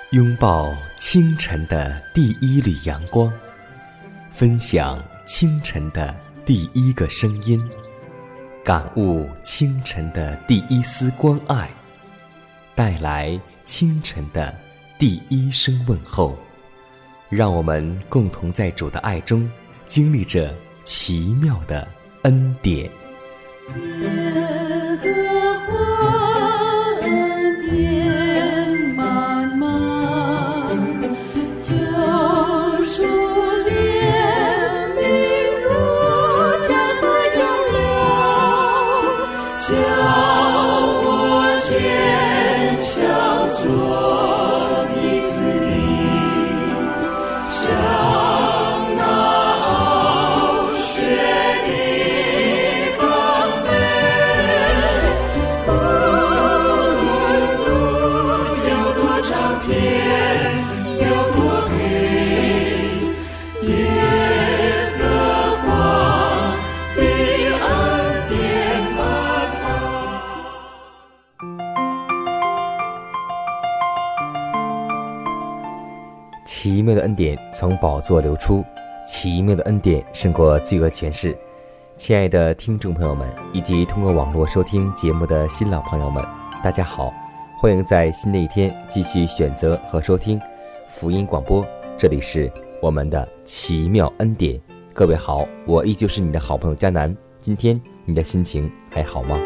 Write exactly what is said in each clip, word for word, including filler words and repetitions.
拥抱清晨的第一缕阳光，分享清晨的第一个声音，感悟清晨的第一丝关爱，带来清晨的第一声问候。让我们共同在主的爱中经历着奇妙的恩典。 耶和华恩典满满，救赎怜悯如江河涌流，叫我坚强做你子民，像那傲雪的防备。无论路有多长，天有多黑，耶和华的恩典满满。 奇妙的恩典从宝座流出，奇妙的恩典胜过罪恶权势。亲爱的听众朋友们，以及通过网络收听节目的新老朋友们，大家好，欢迎在新的一天继续选择和收听福音广播，这里是我们的奇妙恩典。各位好，我依旧是你的好朋友佳南，今天你的心情还好吗？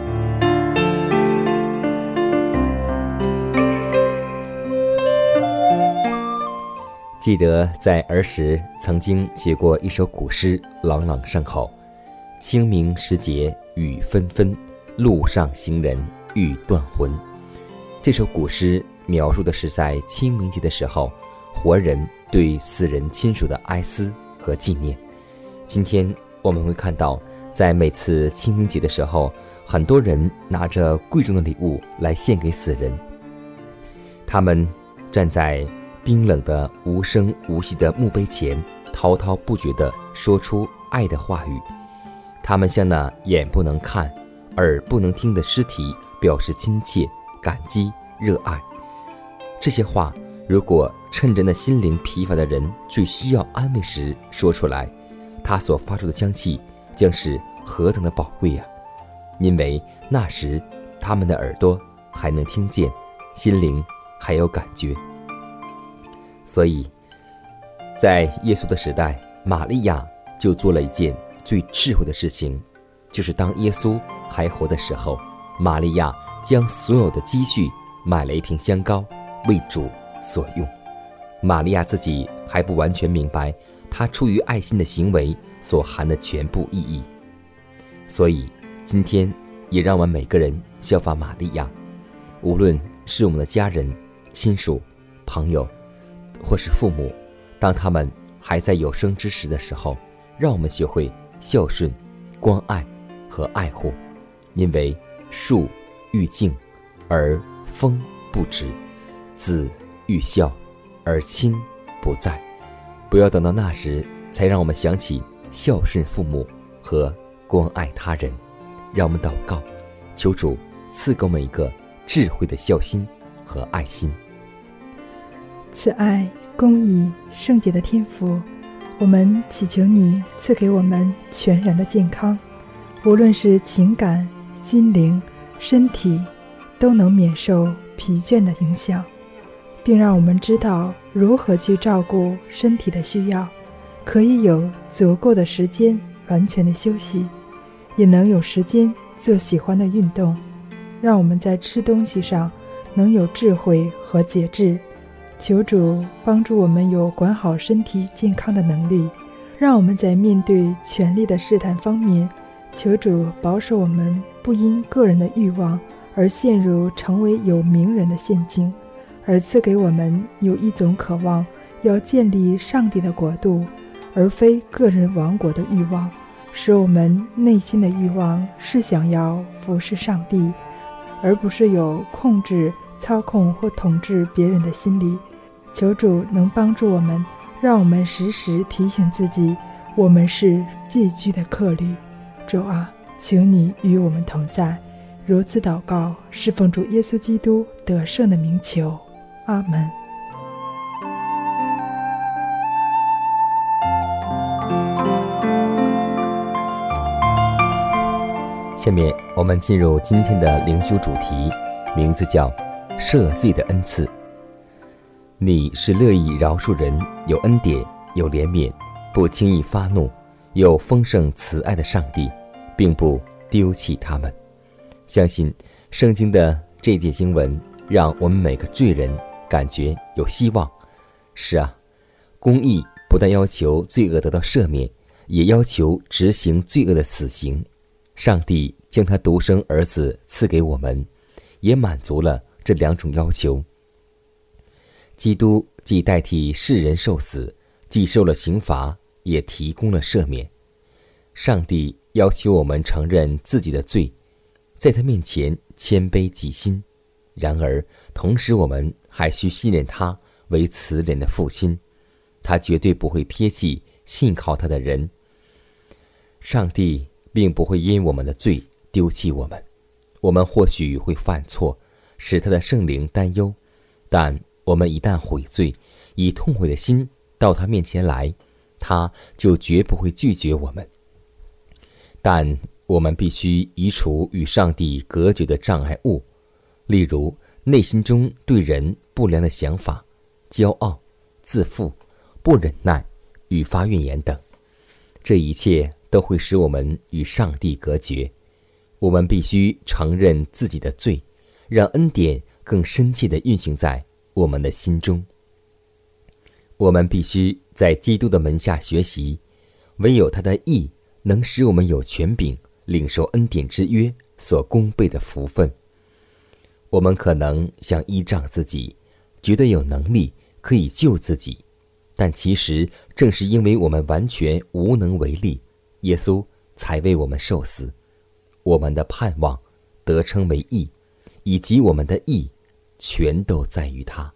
记得在儿时曾经学过一首古诗，朗朗上口。清明时节雨纷纷，路上行人欲断魂。这首古诗描述的是在清明节的时候，活人对死人亲属的哀思和纪念。今天我们会看到，在每次清明节的时候，很多人拿着贵重的礼物来献给死人。他们站在冰冷的无声无息的墓碑前，滔滔不绝地说出爱的话语。他们向那眼不能看耳不能听的尸体表示亲切、感激、热爱。这些话如果趁着那心灵疲乏的人最需要安慰时说出来，他所发出的香气将是何等的宝贵啊！因为那时他们的耳朵还能听见，心灵还有感觉。所以在耶稣的时代，玛利亚就做了一件最智慧的事情，就是当耶稣还活的时候，玛利亚将所有的积蓄买了一瓶香膏为主所用。玛利亚自己还不完全明白她出于爱心的行为所含的全部意义，所以今天也让我们每个人效法玛利亚，无论是我们的家人、亲属、朋友或是父母，当他们还在有生之时的时候，让我们学会孝顺、关爱和爱护。因为树欲静而风不止，子欲孝而亲不在。不要等到那时才让我们想起孝顺父母和关爱他人。让我们祷告，求主赐给我们一个智慧的孝心和爱心。 慈爱、公义、圣洁的天父，我们祈求你赐给我们全然的健康，无论是情感、心灵、身体，都能免受疲倦的影响，并让我们知道如何去照顾身体的需要，可以有足够的时间完全的休息，也能有时间做喜欢的运动，让我们在吃东西上能有智慧和节制。求主帮助我们有管好身体健康的能力，让我们在面对权力的试探方面，求主保守我们不因个人的欲望而陷入成为有名人的陷阱，而赐给我们有一种渴望要建立上帝的国度，而非个人王国的欲望，使我们内心的欲望是想要服侍上帝，而不是有控制、操控或统治别人的心理。求主能帮助我们，让我们时时提醒自己，我们是寄居的客旅。主啊，求你与我们同在。如此祷告，是奉主耶稣基督得胜的名求。阿门。 下面我们进入今天的灵修主题，名字叫赦罪的恩赐。你是乐意饶恕人，有恩典，有怜悯，不轻易发怒，有丰盛慈爱的上帝，并不丢弃他们。相信圣经的这节经文让我们每个罪人感觉有希望。是啊，公义不但要求罪恶得到赦免，也要求执行罪恶的死刑。上帝将他独生儿子赐给我们，也满足了这两种要求。基督既代替世人受死，既受了刑罚，也提供了赦免。上帝要求我们承认自己的罪，在他面前谦卑己心。然而同时我们还需信任他为慈怜的父亲，他绝对不会撇弃信靠他的人。上帝并不会因我们的罪丢弃我们，我们或许会犯错，使他的圣灵担忧，但我们一旦悔罪，以痛悔的心到他面前来，他就绝不会拒绝我们。但我们必须移除与上帝隔绝的障碍物，例如内心中对人不良的想法、骄傲、自负、不忍耐、愈发怨言等。这一切都会使我们与上帝隔绝。我们必须承认自己的罪，让恩典更深切地运行在我们的心中。我们必须在基督的门下学习，唯有他的义能使我们有权柄领受恩典之约所供备的福分。我们可能想依仗自己，觉得有能力可以救自己，但其实正是因为我们完全无能为力，耶稣才为我们受死。我们的盼望得称为义，以及我们的义全都在于他。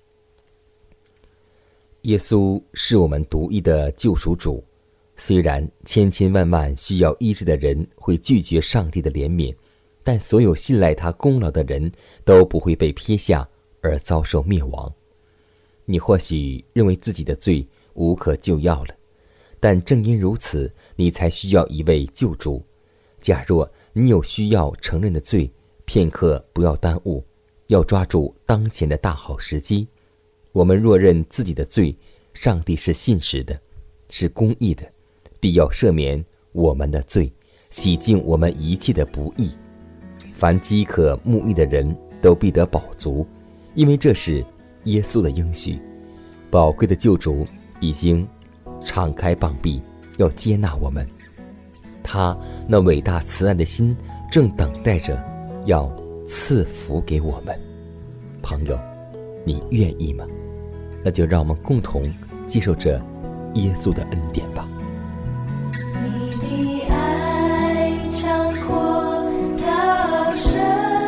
耶稣是我们独一的救赎主，虽然千千万万需要医治的人会拒绝上帝的怜悯，但所有信赖他功劳的人都不会被撇下而遭受灭亡。你或许认为自己的罪无可救药了，但正因如此，你才需要一位救主。假若你有需要承认的罪，片刻不要耽误，要抓住当前的大好时机。我们若认自己的罪，上帝是信实的，是公义的，必要赦免我们的罪，洗净我们一切的不义。凡饥渴慕义的人都必得饱足，因为这是耶稣的应许。宝贵的救主已经敞开膀臂，要接纳我们。他那伟大慈爱的心正等待着要赐福给我们。朋友，你愿意吗？那就让我们共同接受这耶稣的恩典吧。 你的爱长阔高深，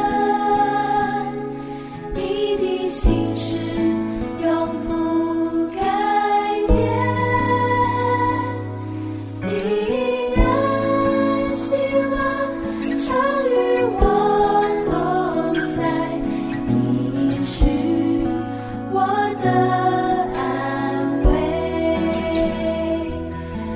你的心事永不改变，你恩喜乐常与我同在，你应许我的安慰。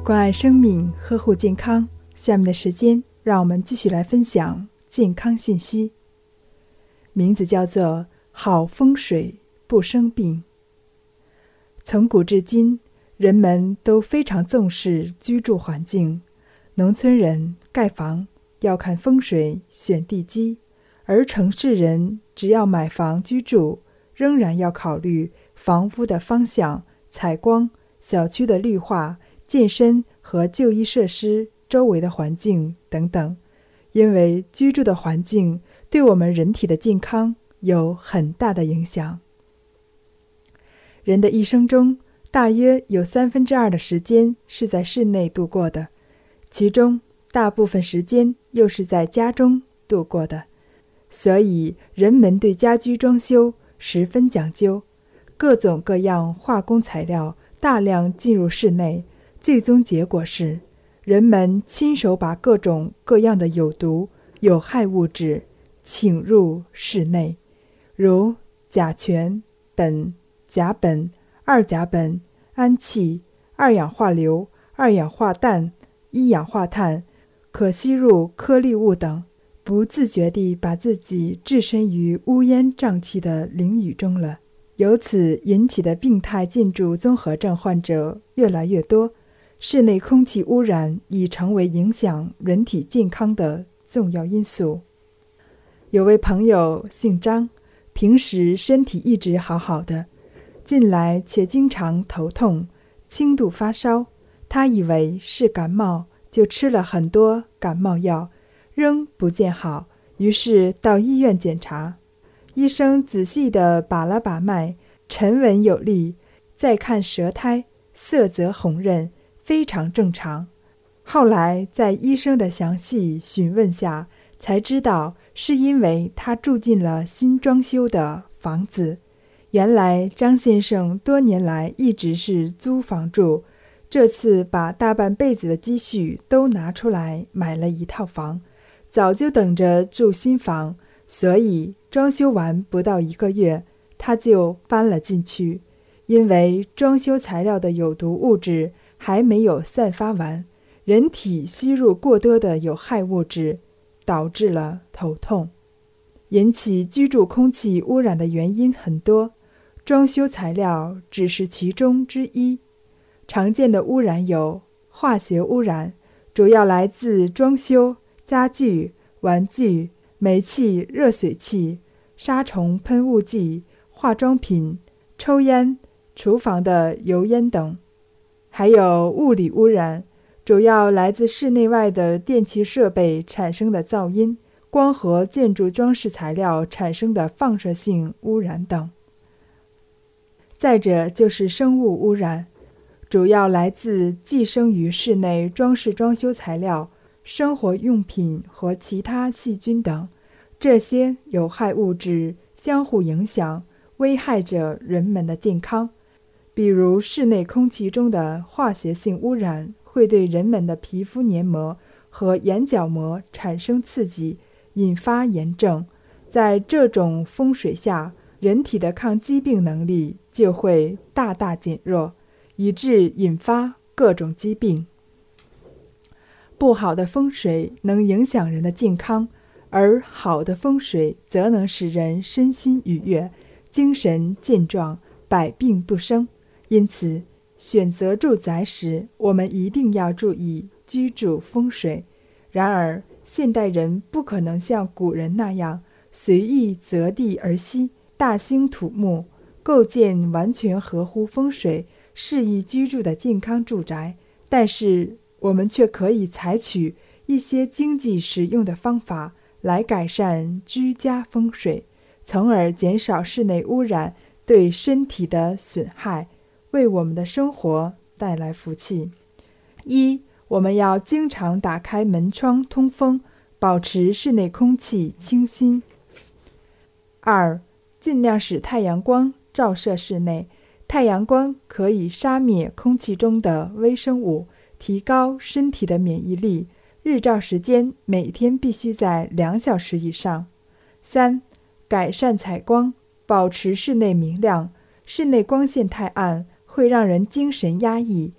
关爱生命，呵护健康。下面的时间，让我们继续来分享健康信息。名字叫做好风水不生病。从古至今，人们都非常重视居住环境。农村人盖房要看风水选地基，而城市人只要买房居住，仍然要考虑房屋的方向、采光、小区的绿化、健身和就医设施周围的环境等等。因为居住的环境对我们人体的健康有很大的影响。人的一生中，大约有三分之二的时间是在室内度过的，其中大部分时间又是在家中度过的。所以人们对家居装修十分讲究，各种各样化工材料大量进入室内，最终结果是人们亲手把各种各样的有毒有害物质请入室内，如甲醛、苯、甲苯、二甲苯、氨气、二氧化硫、二氧化氮、一氧化碳、可吸入颗粒物等，不自觉地把自己置身于乌烟瘴气的囹圄中了。由此引起的病态建筑综合症患者越来越多，室内空气污染已成为影响人体健康的重要因素。有位朋友姓张，平时身体一直好好的，近来却经常头痛、轻度发烧。他以为是感冒，就吃了很多感冒药，仍不见好，于是到医院检查。医生仔细地把了把脉，沉稳有力，再看舌苔，色泽红润，非常正常。后来在医生的详细询问下，才知道是因为他住进了新装修的房子。原来张先生多年来一直是租房住，这次把大半辈子的积蓄都拿出来买了一套房，早就等着住新房，所以装修完不到一个月，他就搬了进去。因为装修材料的有毒物质还没有散发完，人体吸入过多的有害物质，导致了头痛。引起居住空气污染的原因很多，装修材料只是其中之一。常见的污染有化学污染，主要来自装修、家具、玩具、煤气、热水器、杀虫喷雾剂、化妆品、抽烟、厨房的油烟等。还有物理污染，主要来自室内外的电气设备产生的噪音、光和建筑装饰材料产生的放射性污染等。再者就是生物污染，主要来自寄生于室内装饰装修材料、生活用品和其他细菌等。这些有害物质相互影响，危害着人们的健康。比如室内空气中的化学性污染会对人们的皮肤黏膜和眼角膜产生刺激，引发炎症。在这种风水下，人体的抗疾病能力就会大大减弱，以致引发各种疾病。不好的风水能影响人的健康，而好的风水则能使人身心愉悦，精神健壮，百病不生。因此，选择住宅时，我们一定要注意居住风水。然而，现代人不可能像古人那样随意择地而息，大兴土木，构建完全合乎风水、适宜居住的健康住宅。但是，我们却可以采取一些经济实用的方法来改善居家风水，从而减少室内污染对身体的损害，为我们的生活带来福气。一，我们要经常打开门窗通风，保持室内空气清新。二，尽量使太阳光照射室内，太阳光可以杀灭空气中的微生物，提高身体的免疫力。日照时间每天必须在两小时以上。三，改善采光，保持室内明亮。室内光线太暗会让人精神压抑，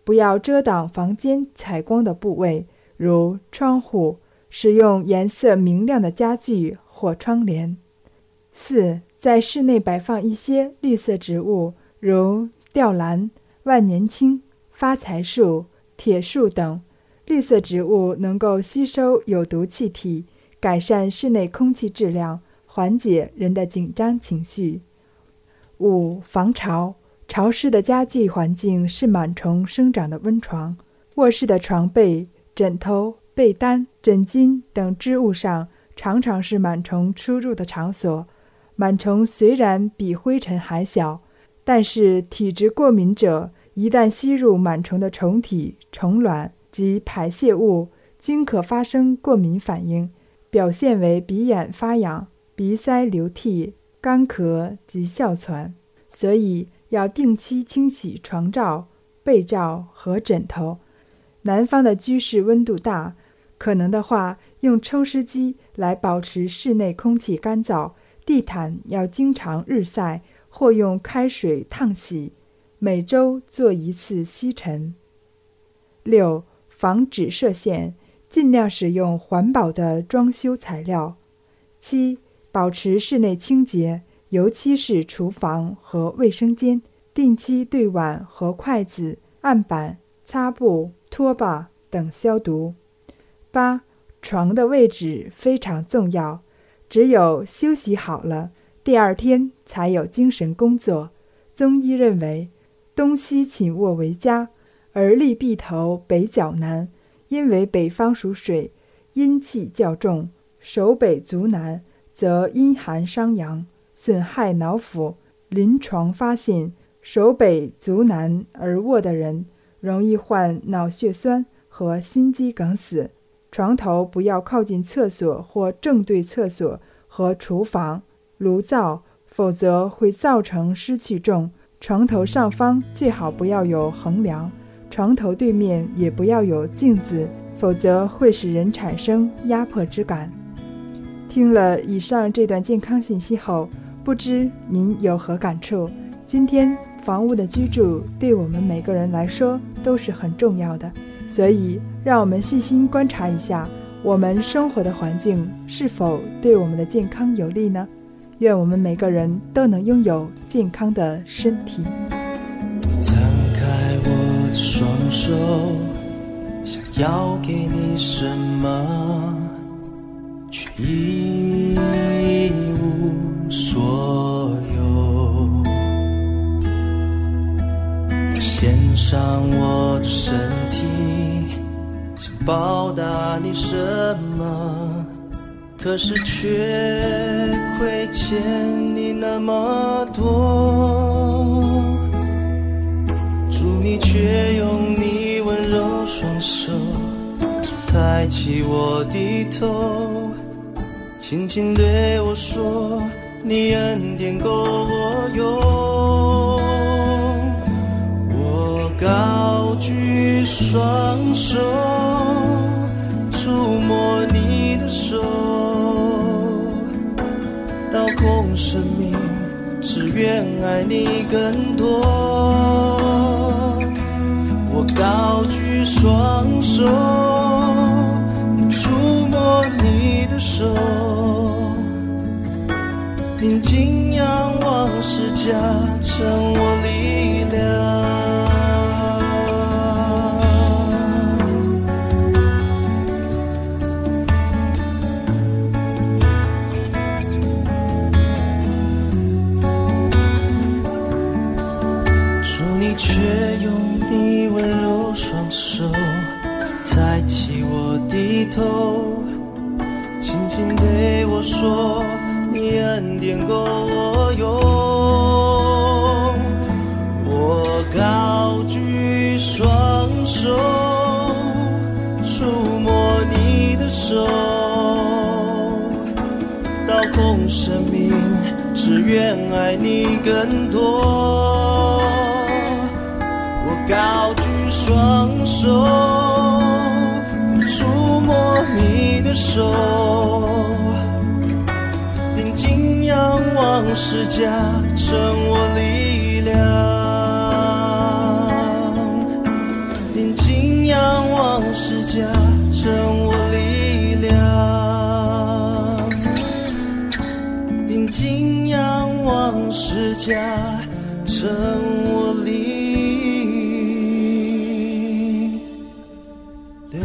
不要遮挡房间采光的部位，如窗户，使用颜色明亮的家具或窗帘。四、在室内摆放一些绿色植物，如吊兰、万年青、发财树、铁树等。绿色植物能够吸收有毒气体，改善室内空气质量，缓解人的紧张情绪。五、防潮。潮湿的家具环境是螨虫生长的温床。卧室的床被、枕头、被单、枕巾等织物上常常是螨虫出入的场所。螨虫虽然比灰尘还小，但是体质过敏者一旦吸入螨虫的虫体、虫卵及排泄物，均可发生过敏反应，表现为鼻眼发痒、鼻塞流涕、干咳及哮喘。所以要定期清洗床罩、被罩和枕头。南方的居室温度大，可能的话用抽湿机来保持室内空气干燥。地毯要经常日晒或用开水烫洗，每周做一次吸尘。六、防止射线，尽量使用环保的装修材料。七、保持室内清洁，尤其是厨房和卫生间，定期对碗和筷子、案板、擦布、拖把等消毒。八、床的位置非常重要，只有休息好了，第二天才有精神工作。中医认为，东西寝卧为佳，而立壁头北较难，因为北方属水，阴气较重，守北足南，则阴寒伤阳，损害脑腑。临床发现，手北足南而卧的人容易患脑血栓和心肌梗死。床头不要靠近厕所或正对厕所和厨房、炉灶，否则会造成湿气重。床头上方最好不要有横梁，床头对面也不要有镜子，否则会使人产生压迫之感。听了以上这段健康信息后，不知您有何感触？今天房屋的居住对我们每个人来说都是很重要的，所以让我们细心观察一下，我们生活的环境是否对我们的健康有利呢？愿我们每个人都能拥有健康的身体。 摊开我的双手，想要给你什么，却一无所有。献上我的身体，想报答你什么，可是却亏欠你那么多。主，你却用你温柔双手抬起我的头，轻轻对我说，你恩典够我用。我高举双手，触摸你的手，刀空生命，只愿爱你更多。我高举双手，触摸你的手，宁静仰望十架，成我力量。却用你温柔双手抬起我的头，轻轻对我说，你恩典够我用。我高举双手，触摸你的手，刀空生命，只愿爱你更多。高举双手，触摸你的手，定睛仰望十架，成我力量。 十架成我力量，定睛仰望十架成我力量。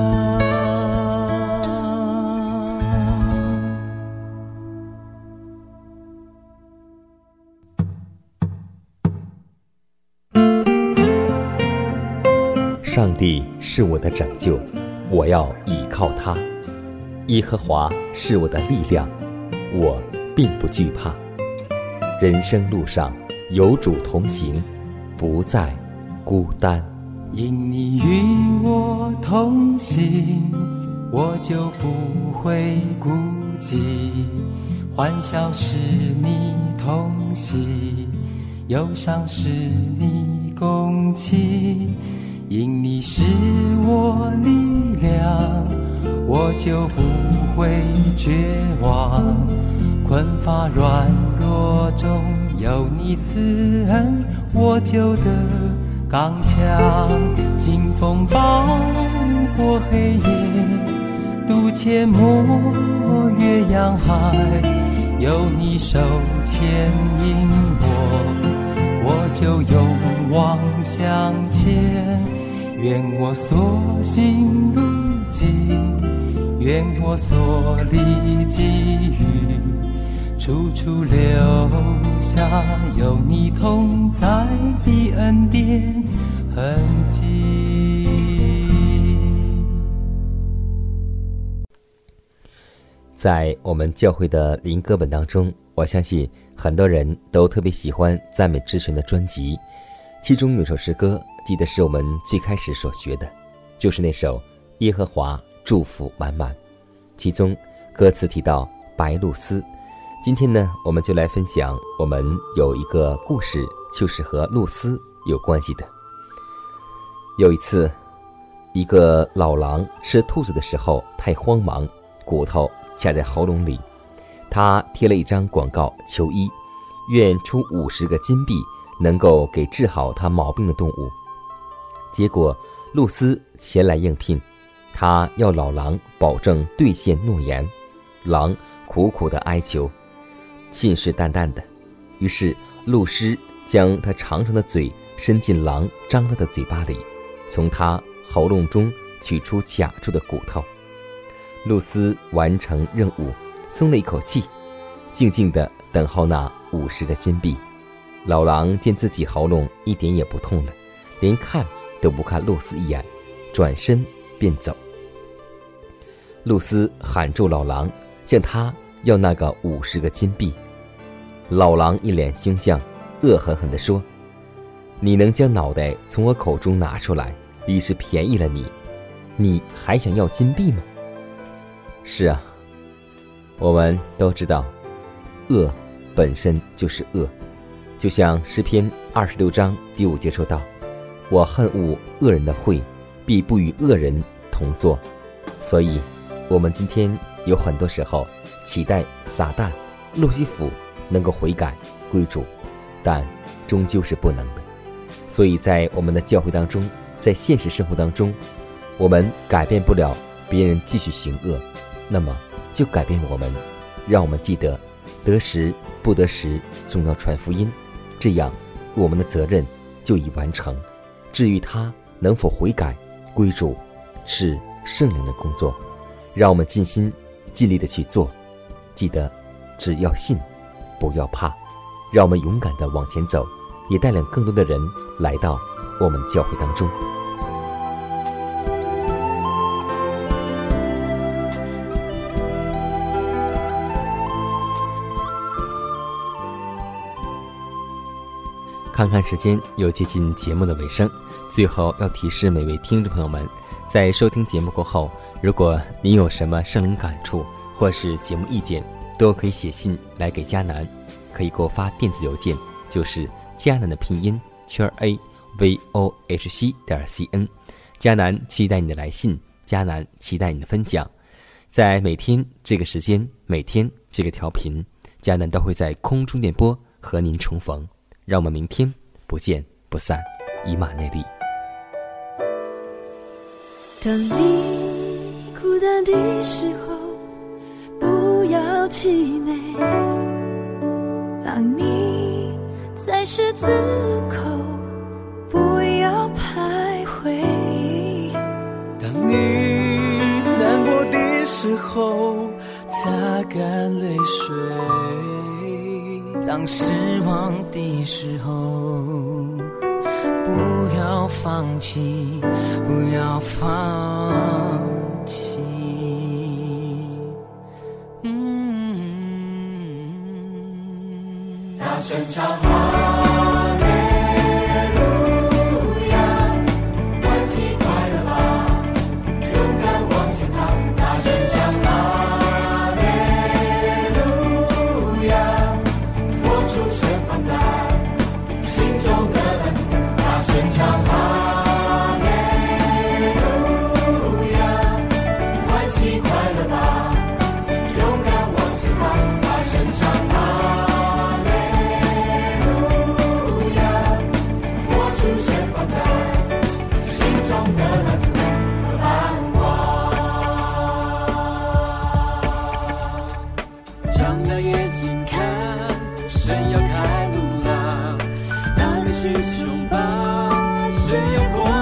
上帝是我的拯救，我要倚靠他。耶和华是我的力量，我并不惧怕。人生路上有主同行，不再孤单。 因你与我同行，我就不会孤寂。欢笑是你同喜，忧伤是你共泣。因你是我力量，我就不会绝望。困乏软弱中有你慈恩，我就得刚强。经风暴过黑夜，渡阡陌越洋海，有你手牵引我，我就勇往向前。愿我所行路径，愿我所历际遇，处处留下有你同在的恩典痕迹。 在我们教会的灵歌本当中，我相信很多人都特别喜欢赞美之泉的专辑，其中有首诗歌记得是我们最开始所学的，就是那首耶和华祝福满满，其中歌词提到白露丝。今天呢，我们就来分享我们有一个故事，就是和露丝有关系的。有一次，一个老狼吃兔子的时候太慌忙，骨头卡在喉咙里，他贴了一张广告求医，愿出五十个金币能够给治好他毛病的动物。结果露丝前来应聘，他要老狼保证兑现诺言。狼苦苦的哀求，信誓旦旦的。于是露丝将他长长的嘴伸进狼张大的嘴巴里，从他喉咙中取出卡住的骨头。露丝完成任务，松了一口气，静静地等候那五十个金币。老狼见自己喉咙一点也不痛了，连看都不看露丝一眼，转身便走。露丝喊住老狼，向他要那个五十个金币。老狼一脸凶相，恶狠狠地说：“你能将脑袋从我口中拿出来，已是便宜了你，你还想要金币吗？”是啊，我们都知道，恶本身就是恶，就像诗篇二十六章第五节说道：“我恨恶恶人的会，必不与恶人同坐。”所以我们今天有很多时候期待撒旦、路西弗能够悔改归主，但终究是不能的。所以在我们的教会当中，在现实生活当中，我们改变不了别人继续行恶，那么就改变我们，让我们记得得时不得时总要传福音，这样我们的责任就已完成。至于他能否悔改归主，是圣灵的工作，让我们尽心尽力的去做。记得只要信，不要怕，让我们勇敢的往前走，也带领更多的人来到我们教会当中。看看时间，又接近节目的尾声，最后要提示每位听众朋友们，在收听节目过后，如果你有什么圣灵感触或是节目意见，都可以写信来给迦南，可以给我发电子邮件，就是迦南的拼音圈 a v o h c 点 c n。迦南期待你的来信，迦南期待你的分享。在每天这个时间，每天这个调频，迦南都会在空中电波和您重逢。让我们明天不见不散，以马内利。 当你孤单的时候，不要气馁；当你在十字路口，不要徘徊； 当你难过的时候，擦干泪水； 当失望的时候，不要放弃，不要放弃。嗯，大声唱哈利路亚，欢喜快乐吧，勇敢往前踏，大声唱哈利路亚，活出神放在心中的蓝图，大声唱哈利路亚，欢喜快乐吧，勇敢往前踏，大声唱哈利路亚，活出神放在心中的蓝图和盼望。张大眼睛看，神要开路啦，那里是胸膛，神要扩